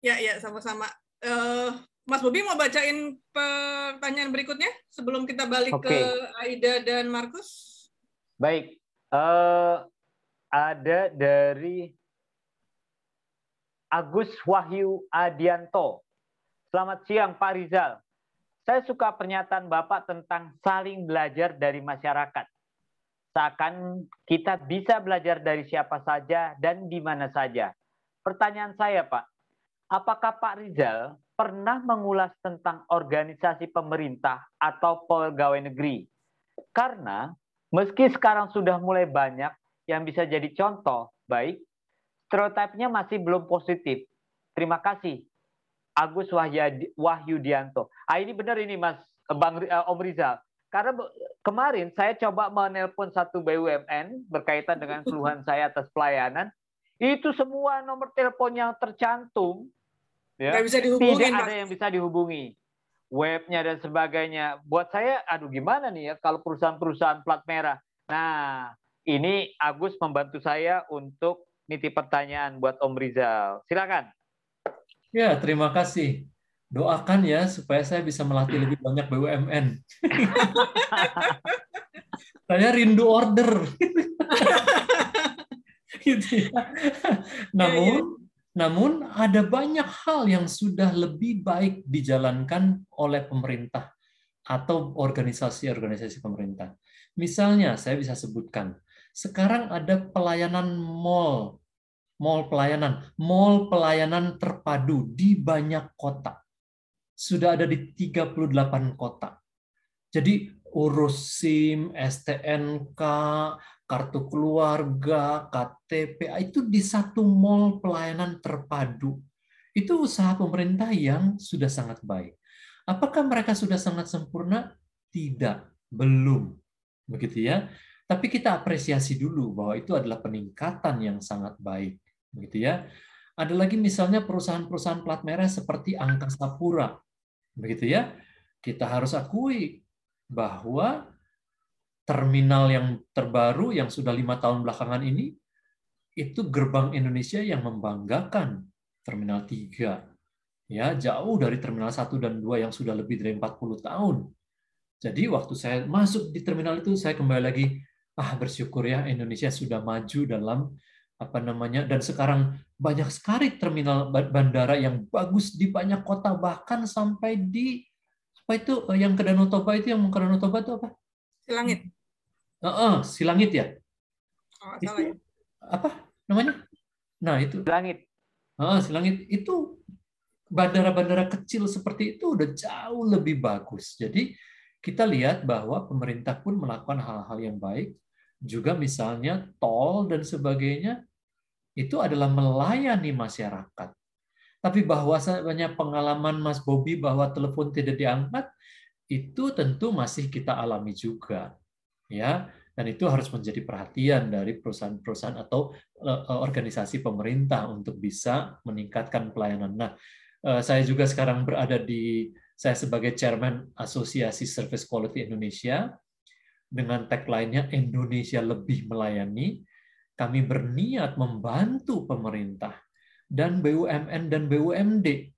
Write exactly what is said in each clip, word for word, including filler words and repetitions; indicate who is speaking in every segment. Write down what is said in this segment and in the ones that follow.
Speaker 1: Ya, ya, sama-sama. Uh, Mas Bobi mau bacain pertanyaan berikutnya sebelum kita balik Oke. ke Aida dan Markus?
Speaker 2: Baik. Uh, ada dari Agus Wahyu Adianto. Selamat siang Pak Rizal. Saya suka pernyataan Bapak tentang saling belajar dari masyarakat. Seakan kita bisa belajar dari siapa saja dan di mana saja. Pertanyaan saya Pak, apakah Pak Rizal pernah mengulas tentang organisasi pemerintah atau pegawai negeri? Karena meski sekarang sudah mulai banyak yang bisa jadi contoh baik, stereotipnya masih belum positif. Terima kasih. Agus Wahyudianto. Ah ini benar ini Mas Bang uh, Om Rizal. Karena kemarin saya coba menelpon satu B U M N berkaitan dengan keluhan saya atas pelayanan. Itu semua nomor telepon yang tercantum ya,
Speaker 1: bisa
Speaker 2: tidak ada yang bisa dihubungi. Webnya dan sebagainya. Buat saya, aduh gimana nih ya kalau perusahaan-perusahaan plat merah. Nah, ini Agus membantu saya untuk nitip pertanyaan buat Om Rizal. Silakan.
Speaker 3: Ya, terima kasih. Doakan ya supaya saya bisa melatih lebih banyak B U M N. Saya rindu order. Gitu ya. Namun, namun ada banyak hal yang sudah lebih baik dijalankan oleh pemerintah atau organisasi-organisasi pemerintah. Misalnya, saya bisa sebutkan, sekarang ada pelayanan mall, mall pelayanan, mall pelayanan terpadu di banyak kota. Sudah ada di tiga puluh delapan kota. Jadi urus SIM, S T N K, kartu keluarga, K T P, itu di satu mall pelayanan terpadu. Itu usaha pemerintah yang sudah sangat baik. Apakah mereka sudah sangat sempurna? Tidak, belum. Begitu ya. Tapi kita apresiasi dulu bahwa itu adalah peningkatan yang sangat baik. Begitu ya. Ada lagi misalnya perusahaan-perusahaan plat merah seperti Angkasa Pura. Begitu ya. Kita harus akui bahwa terminal yang terbaru yang sudah lima tahun belakangan ini itu gerbang Indonesia yang membanggakan, Terminal tiga. Ya, jauh dari Terminal satu dan dua yang sudah lebih dari empat puluh tahun. Jadi waktu saya masuk di terminal itu saya kembali lagi ah bersyukur ya Indonesia sudah maju dalam apa namanya, dan sekarang banyak sekali terminal bandara yang bagus di banyak kota, bahkan sampai di apa itu yang ke Danau Toba itu, yang ke Danau Toba itu apa?
Speaker 1: Silangit.
Speaker 3: Uh, uh, Silangit ya.
Speaker 1: Oh,
Speaker 3: itu
Speaker 1: salah ya.
Speaker 3: Apa namanya? Nah itu.
Speaker 2: Silangit.
Speaker 3: Uh, Silangit itu bandara-bandara kecil seperti itu udah jauh lebih bagus. Jadi kita lihat bahwa pemerintah pun melakukan hal-hal yang baik. Juga misalnya tol dan sebagainya, itu adalah melayani masyarakat. Tapi bahwasanya pengalaman Mas Bobi bahwa telepon tidak diangkat, itu tentu masih kita alami juga. Ya, dan itu harus menjadi perhatian dari perusahaan-perusahaan atau organisasi pemerintah untuk bisa meningkatkan pelayanan. Nah, saya juga sekarang berada di, saya sebagai Chairman Asosiasi Service Quality Indonesia, dengan tagline-nya Indonesia Lebih Melayani. Kami berniat membantu pemerintah dan B U M N dan B U M D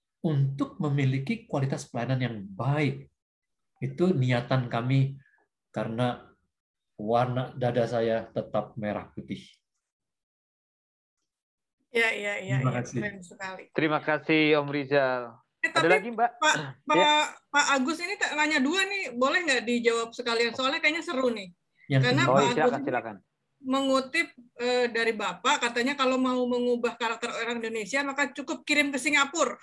Speaker 3: untuk memiliki kualitas pelayanan yang baik. Itu niatan kami, karena warna dada saya tetap merah putih.
Speaker 1: Ya, ya, ya.
Speaker 3: Terima
Speaker 1: ya.
Speaker 3: kasih.
Speaker 1: Keren sekali.
Speaker 2: Terima kasih Om Rizal.
Speaker 1: Eh,
Speaker 2: Ada
Speaker 1: tapi,
Speaker 2: lagi Mbak?
Speaker 1: Pak, Pak,
Speaker 2: ya.
Speaker 1: Pak Agus ini nanya dua nih, boleh nggak dijawab sekalian? Soalnya kayaknya seru nih.
Speaker 3: Yang
Speaker 1: Karena
Speaker 2: oh,
Speaker 1: Pak
Speaker 2: silakan,
Speaker 1: Agus
Speaker 2: silakan.
Speaker 1: mengutip eh, dari Bapak, katanya kalau mau mengubah karakter orang Indonesia, maka cukup kirim ke Singapura.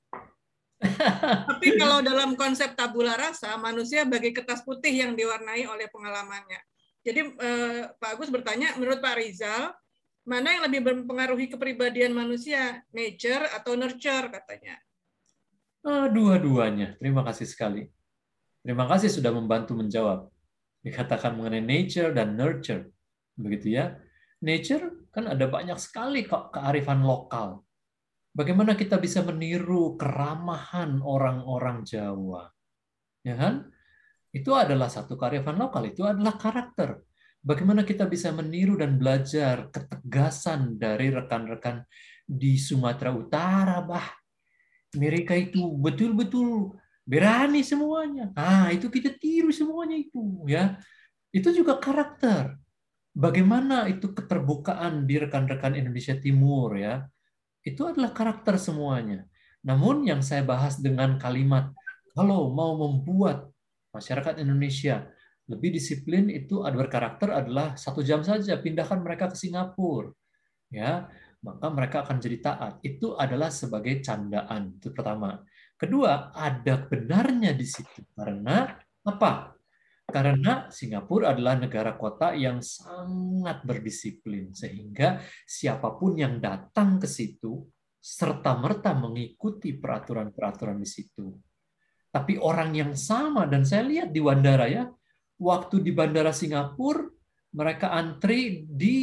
Speaker 1: Tapi kalau dalam konsep tabula rasa, manusia bagai kertas putih yang diwarnai oleh pengalamannya. Jadi eh, Pak Agus bertanya, menurut Pak Rizal, mana yang lebih mempengaruhi kepribadian manusia, nature atau nurture katanya?
Speaker 3: Ah, dua-duanya. Terima kasih sekali. Terima kasih sudah membantu menjawab. Dikatakan mengenai nature dan nurture. Begitu ya. Nature kan ada banyak sekali kok kearifan lokal. Bagaimana kita bisa meniru keramahan orang-orang Jawa. Ya kan? Itu adalah satu kearifan lokal, itu adalah karakter. Bagaimana kita bisa meniru dan belajar ketegasan dari rekan-rekan di Sumatera Utara, bah. Mereka itu betul-betul berani semuanya. Ah, itu kita tiru semuanya itu, ya. Itu juga karakter. Bagaimana itu keterbukaan di rekan-rekan Indonesia Timur, ya. Itu adalah karakter semuanya. Namun yang saya bahas dengan kalimat, kalau mau membuat masyarakat Indonesia lebih disiplin, itu ada berkarakter adalah satu jam saja, pindahkan mereka ke Singapura. Ya, maka mereka akan jadi taat. Itu adalah sebagai candaan. Itu pertama. Kedua, ada benarnya di situ. Karena apa? Karena Singapura adalah negara kota yang sangat berdisiplin. Sehingga siapapun yang datang ke situ, serta-merta mengikuti peraturan-peraturan di situ. Tapi orang yang sama, dan saya lihat di bandara ya, waktu di bandara Singapura, mereka antri di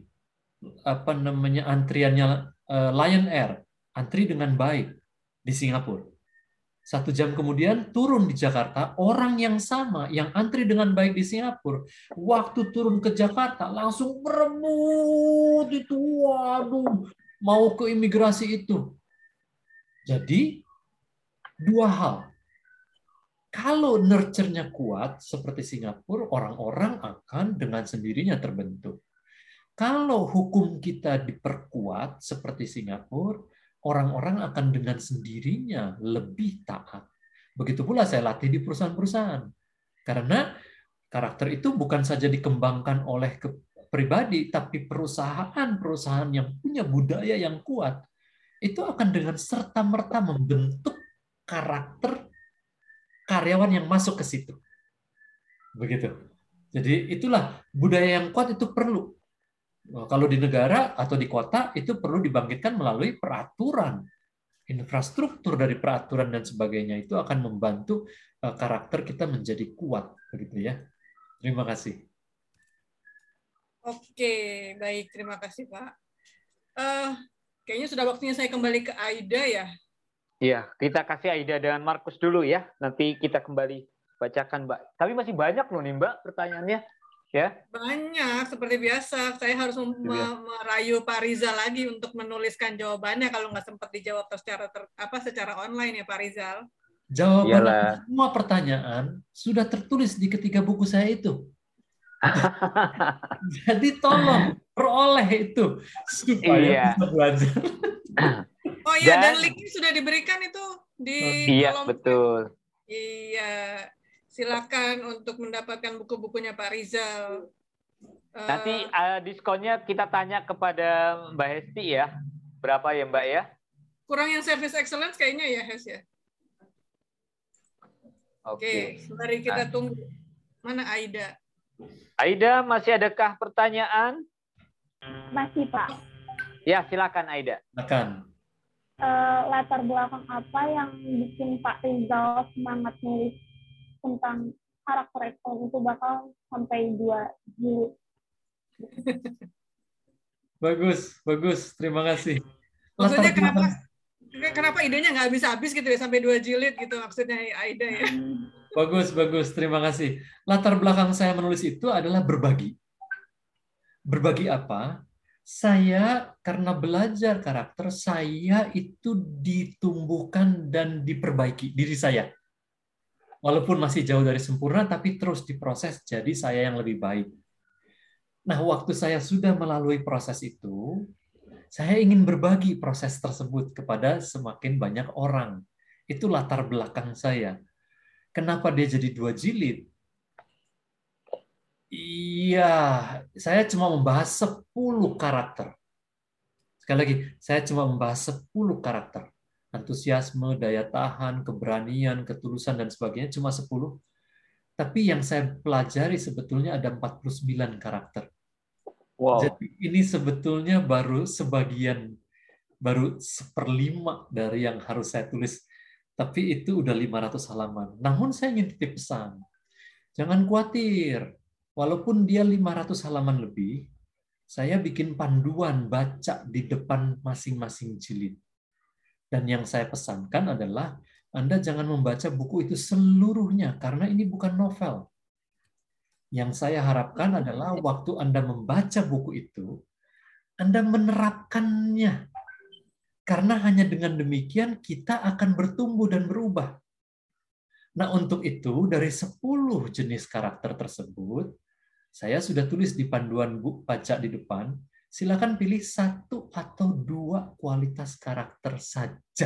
Speaker 3: apa namanya antriannya uh, Lion Air, antri dengan baik di Singapura. Satu jam kemudian turun di Jakarta, orang yang sama yang antri dengan baik di Singapura, waktu turun ke Jakarta langsung berebut itu, waduh, mau ke imigrasi itu. Jadi dua hal. Kalau nurture-nya kuat seperti Singapura, orang-orang akan dengan sendirinya terbentuk. Kalau hukum kita diperkuat seperti Singapura, orang-orang akan dengan sendirinya lebih taat. Begitu pula saya latih di perusahaan-perusahaan. Karena karakter itu bukan saja dikembangkan oleh pribadi, tapi perusahaan-perusahaan yang punya budaya yang kuat, itu akan dengan serta-merta membentuk karakter karyawan yang masuk ke situ. Begitu. Jadi itulah budaya yang kuat itu perlu. Kalau di negara atau di kota itu perlu dibangkitkan melalui peraturan, infrastruktur dari peraturan dan sebagainya, itu akan membantu karakter kita menjadi kuat, begitu ya. Terima kasih.
Speaker 1: Oke, baik, terima kasih Pak. Uh, kayaknya sudah waktunya saya kembali ke Aida ya.
Speaker 2: Iya, kita kasih Aida dengan Markus dulu ya. Nanti kita kembali bacakan, Mbak. Tapi masih banyak loh nih, Mbak, pertanyaannya. Ya.
Speaker 1: Banyak, seperti biasa. Saya harus merayu Pak Rizal lagi untuk menuliskan jawabannya kalau nggak sempat dijawab secara ter, apa secara online ya Pak Rizal.
Speaker 3: Jawaban semua pertanyaan sudah tertulis di ketiga buku saya itu. Jadi tolong peroleh itu supaya
Speaker 2: iya.
Speaker 3: bisa belajar.
Speaker 1: Oh iya, dan, dan linknya sudah diberikan itu di
Speaker 2: iya,
Speaker 1: kolom.
Speaker 2: Betul.
Speaker 1: Iya. Silakan untuk mendapatkan buku-bukunya Pak Rizal.
Speaker 2: Nanti uh, diskonnya kita tanya kepada Mbak Hesti ya. Berapa ya Mbak ya?
Speaker 1: Kurang yang service excellence kayaknya ya, Hes ya. Oke, okay. Mari kita tunggu. Mana Aida?
Speaker 2: Aida, masih adakah pertanyaan?
Speaker 4: Masih, Pak.
Speaker 2: Ya, silakan Aida.
Speaker 3: Silakan.
Speaker 4: Uh, latar belakang apa yang bikin Pak Rizal semangat nulis tentang karakter ekstrom itu bakal sampai dua jilid?
Speaker 3: Bagus, bagus. Terima kasih.
Speaker 1: Maksudnya latar kenapa belakang... kenapa idenya nggak habis-habis gitu ya sampai dua jilid gitu maksudnya Aida ya?
Speaker 3: Bagus, bagus. Terima kasih. Latar belakang saya menulis itu adalah berbagi. Berbagi apa? Saya karena belajar karakter, saya itu ditumbuhkan dan diperbaiki diri saya. Walaupun masih jauh dari sempurna, tapi terus diproses jadi saya yang lebih baik. Nah, waktu saya sudah melalui proses itu, saya ingin berbagi proses tersebut kepada semakin banyak orang. Itu latar belakang saya. Kenapa dia jadi dua jilid? Iya, saya cuma membahas sepuluh karakter. Sekali lagi, saya cuma membahas sepuluh karakter. Antusiasme, daya tahan, keberanian, ketulusan, dan sebagainya cuma sepuluh. Tapi yang saya pelajari sebetulnya ada empat puluh sembilan karakter. Wow. Jadi ini sebetulnya baru sebagian, baru seperlima dari yang harus saya tulis. Tapi itu udah lima ratus halaman. Namun saya ingin titip pesan. Jangan khawatir. Walaupun dia lima ratus halaman lebih, saya bikin panduan baca di depan masing-masing jilid. Dan yang saya pesankan adalah Anda jangan membaca buku itu seluruhnya, karena ini bukan novel. Yang saya harapkan adalah waktu Anda membaca buku itu, Anda menerapkannya. Karena hanya dengan demikian kita akan bertumbuh dan berubah. Nah, untuk itu dari sepuluh jenis karakter tersebut, saya sudah tulis di panduan buku baca di depan, silakan pilih satu atau dua kualitas karakter saja.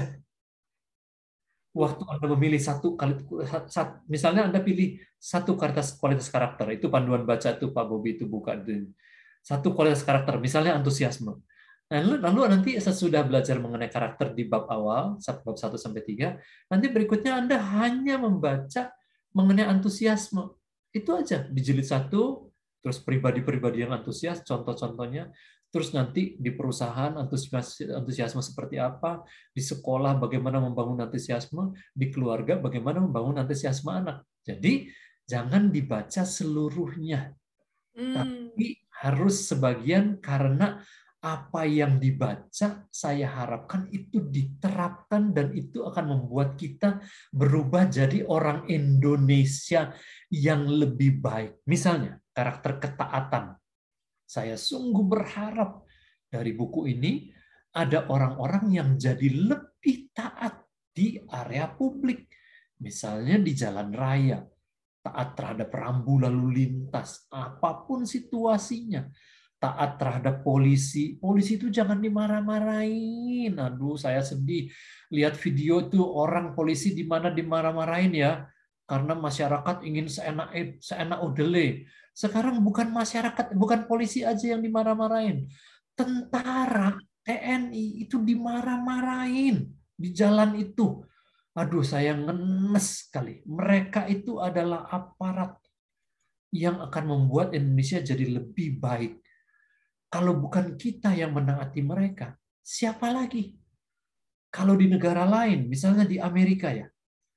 Speaker 3: Waktu Anda memilih satu kali, misalnya Anda pilih satu kualitas kualitas karakter, itu panduan baca itu Pak Bobi itu buka satu kualitas karakter, misalnya antusiasme. Lalu, lalu nanti sesudah belajar mengenai karakter di bab awal, bab satu sampai tiga, nanti berikutnya Anda hanya membaca mengenai antusiasme. Itu aja, di jilid satu, terus pribadi-pribadi yang antusias, contoh-contohnya, terus nanti di perusahaan antusiasme, antusiasme seperti apa, di sekolah bagaimana membangun antusiasme, di keluarga bagaimana membangun antusiasme anak. Jadi, jangan dibaca seluruhnya. Hmm. Tapi harus sebagian, karena apa yang dibaca saya harapkan itu diterapkan dan itu akan membuat kita berubah jadi orang Indonesia yang lebih baik. Misalnya karakter ketaatan. Saya sungguh berharap dari buku ini ada orang-orang yang jadi lebih taat di area publik. Misalnya di jalan raya, taat terhadap rambu lalu lintas, apapun situasinya. Taat terhadap polisi. Polisi itu jangan dimarah-marahin. Aduh, saya sedih. Lihat video itu orang polisi di mana dimarah-marahin ya. Karena masyarakat ingin seenak seenak odele. Sekarang bukan masyarakat, bukan polisi aja yang dimarah-marahin. Tentara, T N I itu dimarah-marahin di jalan itu. Aduh, saya ngenes sekali. Mereka itu adalah aparat yang akan membuat Indonesia jadi lebih baik. Kalau bukan kita yang menaati mereka, siapa lagi? Kalau di negara lain, misalnya di Amerika ya,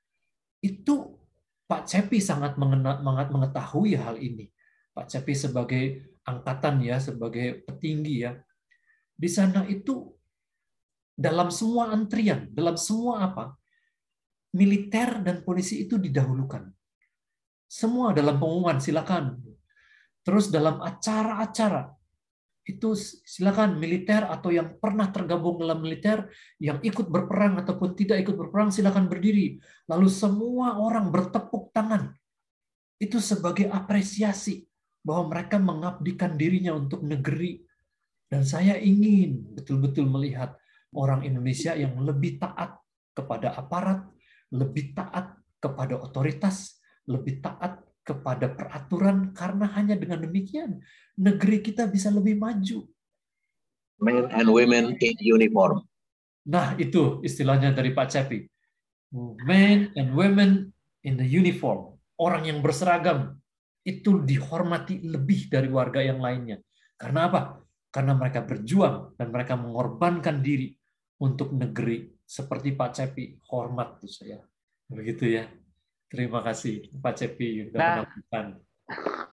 Speaker 3: itu Pak Cepi sangat mengetahui hal ini. Pak Cepi sebagai angkatan ya, sebagai petinggi ya, di sana itu dalam semua antrian, dalam semua apa, militer dan polisi itu didahulukan. Semua dalam pengumuman silakan. Terus dalam acara-acara itu silakan militer atau yang pernah tergabung dalam militer yang ikut berperang ataupun tidak ikut berperang silakan berdiri. Lalu semua orang bertepuk tangan. Itu sebagai apresiasi bahwa mereka mengabdikan dirinya untuk negeri. Dan saya ingin betul-betul melihat orang Indonesia yang lebih taat kepada aparat, lebih taat kepada otoritas, lebih taat kepada peraturan, karena hanya dengan demikian negeri kita bisa lebih maju.
Speaker 5: Men and women in uniform.
Speaker 3: Nah, itu istilahnya dari Pak Cepi. Men and women in the uniform. Orang yang berseragam itu dihormati lebih dari warga yang lainnya. Karena apa? Karena mereka berjuang dan mereka mengorbankan diri untuk negeri. Seperti Pak Cepi, hormat tuh saya. Begitu ya. Terima kasih Pak Cepi.
Speaker 2: Nah,